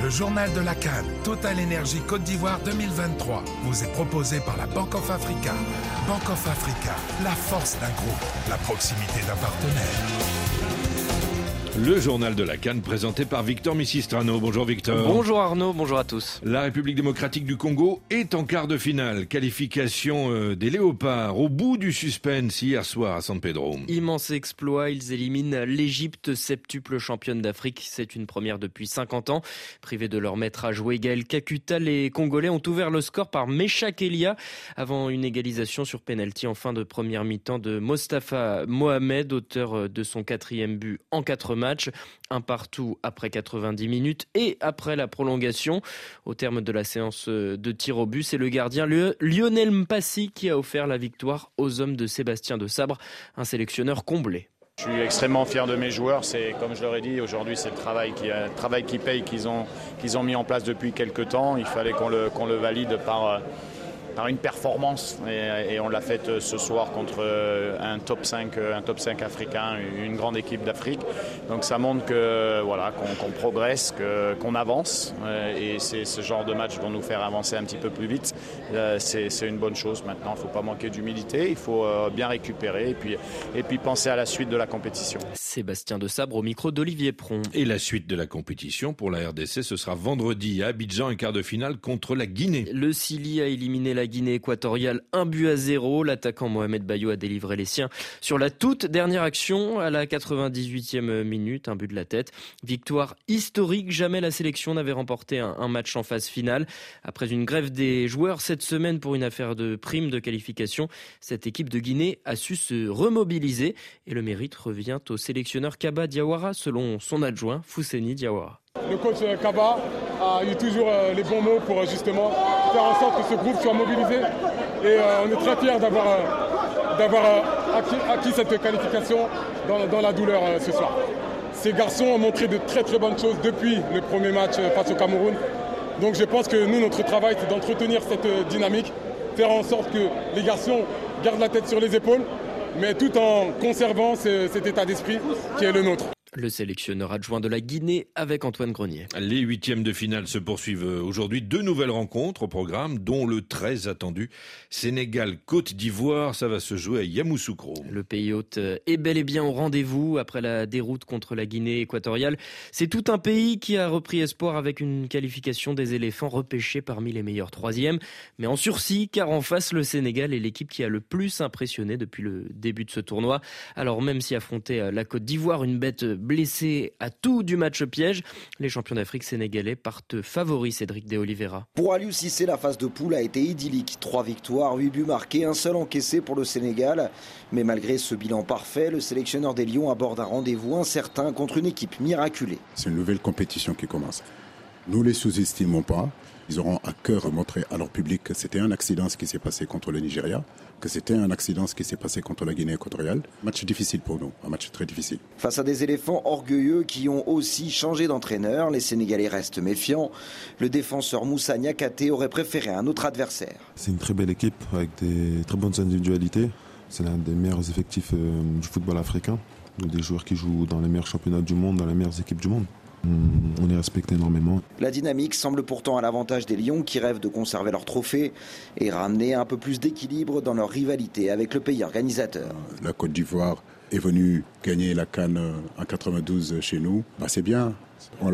Le journal de la CAN, Total Énergie Côte d'Ivoire 2023, vous est proposé par la Bank of Africa. Bank of Africa, la force d'un groupe, la proximité d'un partenaire. Le journal de la CAN présenté par Victor Missistrano. Bonjour Victor. Bonjour Arnaud, bonjour à tous. La République démocratique du Congo est en quart de finale. Qualification des Léopards au bout du suspense hier soir à San Pedro. Immense exploit, ils éliminent l'Égypte, septuple championne d'Afrique. C'est une première depuis 50 ans. Privés de leur maître à jouer Gaël Kakuta, les Congolais ont ouvert le score par Meshak Elia avant une égalisation sur pénalty en fin de première mi-temps de Mostafa Mohamed, auteur de son 4e but en 4 matchs. Un partout après 90 minutes et après la prolongation. Au terme de la séance de tir au but, c'est le gardien Lionel Mpassi qui a offert la victoire aux hommes de Sébastien de Sabre, un sélectionneur comblé. Je suis extrêmement fier de mes joueurs. C'est, comme je leur ai dit, aujourd'hui c'est le travail qui paye qu'ils ont mis en place depuis quelques temps. Il fallait qu'on le valide par une performance et on l'a fait ce soir contre un top 5 africain, une grande équipe d'Afrique. Donc ça montre qu'on progresse, qu'on avance et c'est ce genre de match vont nous faire avancer un petit peu plus vite. C'est une bonne chose maintenant. Il ne faut pas manquer d'humilité, il faut bien récupérer et puis penser à la suite de la compétition. Sébastien de Sabre au micro d'Olivier Pron. Et la suite de la compétition pour la RDC, ce sera vendredi à Abidjan, un quart de finale contre la Guinée. Le Sili a éliminé la Guinée équatoriale 1-0. L'attaquant Mohamed Bayo a délivré les siens sur la toute dernière action à la 98e minute, un but de la tête. Victoire historique, jamais la sélection n'avait remporté un match en phase finale. Après une grève des joueurs cette semaine pour une affaire de prime de qualification, cette équipe de Guinée a su se remobiliser et le mérite revient au sélectionneur Kaba Diawara selon son adjoint Fousseni Diawara. Le coach Kaba a eu toujours les bons mots pour justement faire en sorte que ce groupe soit mobilisé et on est très fiers d'avoir acquis cette qualification dans la douleur ce soir. Ces garçons ont montré de très très bonnes choses depuis le premier match face au Cameroun. Donc je pense que nous, notre travail, c'est d'entretenir cette dynamique, faire en sorte que les garçons gardent la tête sur les épaules, mais tout en conservant cet état d'esprit qui est le nôtre. Le sélectionneur adjoint de la Guinée avec Antoine Grenier. Les huitièmes de finale se poursuivent aujourd'hui. 2 nouvelles rencontres au programme, dont le très attendu Sénégal-Côte d'Ivoire. Ça va se jouer à Yamoussoukro. Le pays hôte est bel et bien au rendez-vous après la déroute contre la Guinée équatoriale. C'est tout un pays qui a repris espoir avec une qualification des éléphants repêchés parmi les meilleurs 3e. Mais en sursis, car en face, le Sénégal est l'équipe qui a le plus impressionné depuis le début de ce tournoi. Alors même si affronter la Côte d'Ivoire, une bête blessé à tout du match piège, les champions d'Afrique sénégalais partent favoris, Cédric de Oliveira. Pour Aliou Cissé, la phase de poule a été idyllique. 3 victoires, 8 buts marqués, un seul encaissé pour le Sénégal. Mais malgré ce bilan parfait, le sélectionneur des Lions aborde un rendez-vous incertain contre une équipe miraculée. C'est une nouvelle compétition qui commence. Nous ne les sous-estimons pas. Ils auront à cœur montrer à leur public que c'était un accident ce qui s'est passé contre le Nigeria, que c'était un accident ce qui s'est passé contre la Guinée équatoriale. Match difficile pour nous, un match très difficile. Face à des éléphants orgueilleux qui ont aussi changé d'entraîneur, les Sénégalais restent méfiants. Le défenseur Moussa Niakhaté aurait préféré un autre adversaire. C'est une très belle équipe avec des très bonnes individualités. C'est l'un des meilleurs effectifs du football africain. Des joueurs qui jouent dans les meilleurs championnats du monde, dans les meilleures équipes du monde. On les respecte énormément. La dynamique semble pourtant à l'avantage des Lions qui rêvent de conserver leur trophée et ramener un peu plus d'équilibre dans leur rivalité avec le pays organisateur. La Côte d'Ivoire est venue gagner la CAN en 92 chez nous. C'est bien. On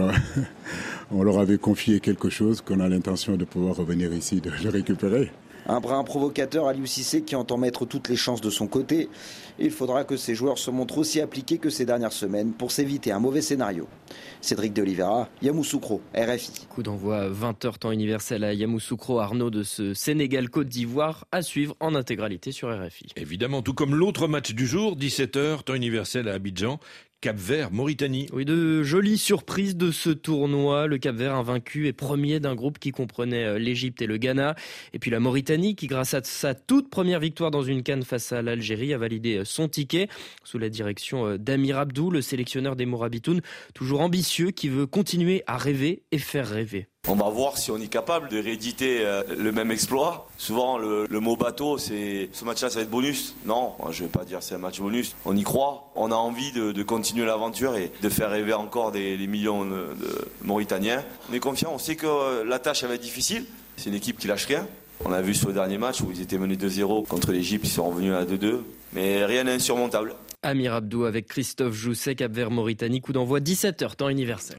leur avait confié quelque chose qu'on a l'intention de pouvoir revenir ici, de le récupérer. Un brin provocateur Aliou Cissé qui entend mettre toutes les chances de son côté. Il faudra que ses joueurs se montrent aussi appliqués que ces dernières semaines pour s'éviter un mauvais scénario. Cédric de Oliveira, Yamoussoukro, RFI. Coup d'envoi 20h temps universel à Yamoussoukro, Arnaud, de ce Sénégal-Côte d'Ivoire à suivre en intégralité sur RFI. Évidemment, tout comme l'autre match du jour, 17h temps universel à Abidjan. Cap-Vert, Mauritanie. Oui, de jolies surprises de ce tournoi. Le Cap-Vert invaincu est premier d'un groupe qui comprenait l'Égypte et le Ghana. Et puis la Mauritanie qui, grâce à sa toute première victoire dans une CAN face à l'Algérie, a validé son ticket sous la direction d'Amir Abdou, le sélectionneur des Morabitoun, toujours ambitieux, qui veut continuer à rêver et faire rêver. On va voir si on est capable de rééditer le même exploit. Souvent, le mot bateau, c'est ce match-là, ça va être bonus. Non, je ne vais pas dire c'est un match bonus. On y croit. On a envie de continuer l'aventure et de faire rêver encore des millions de Mauritaniens. On est confiant. On sait que la tâche elle va être difficile. C'est une équipe qui lâche rien. On a vu sur le dernier match où ils étaient menés 2-0 contre l'Égypte, ils sont revenus à 2-2. Mais rien n'est insurmontable. Amir Abdou avec Christophe Jousset, Cap-Vert Mauritanie, coup d'envoi 17h, temps universel.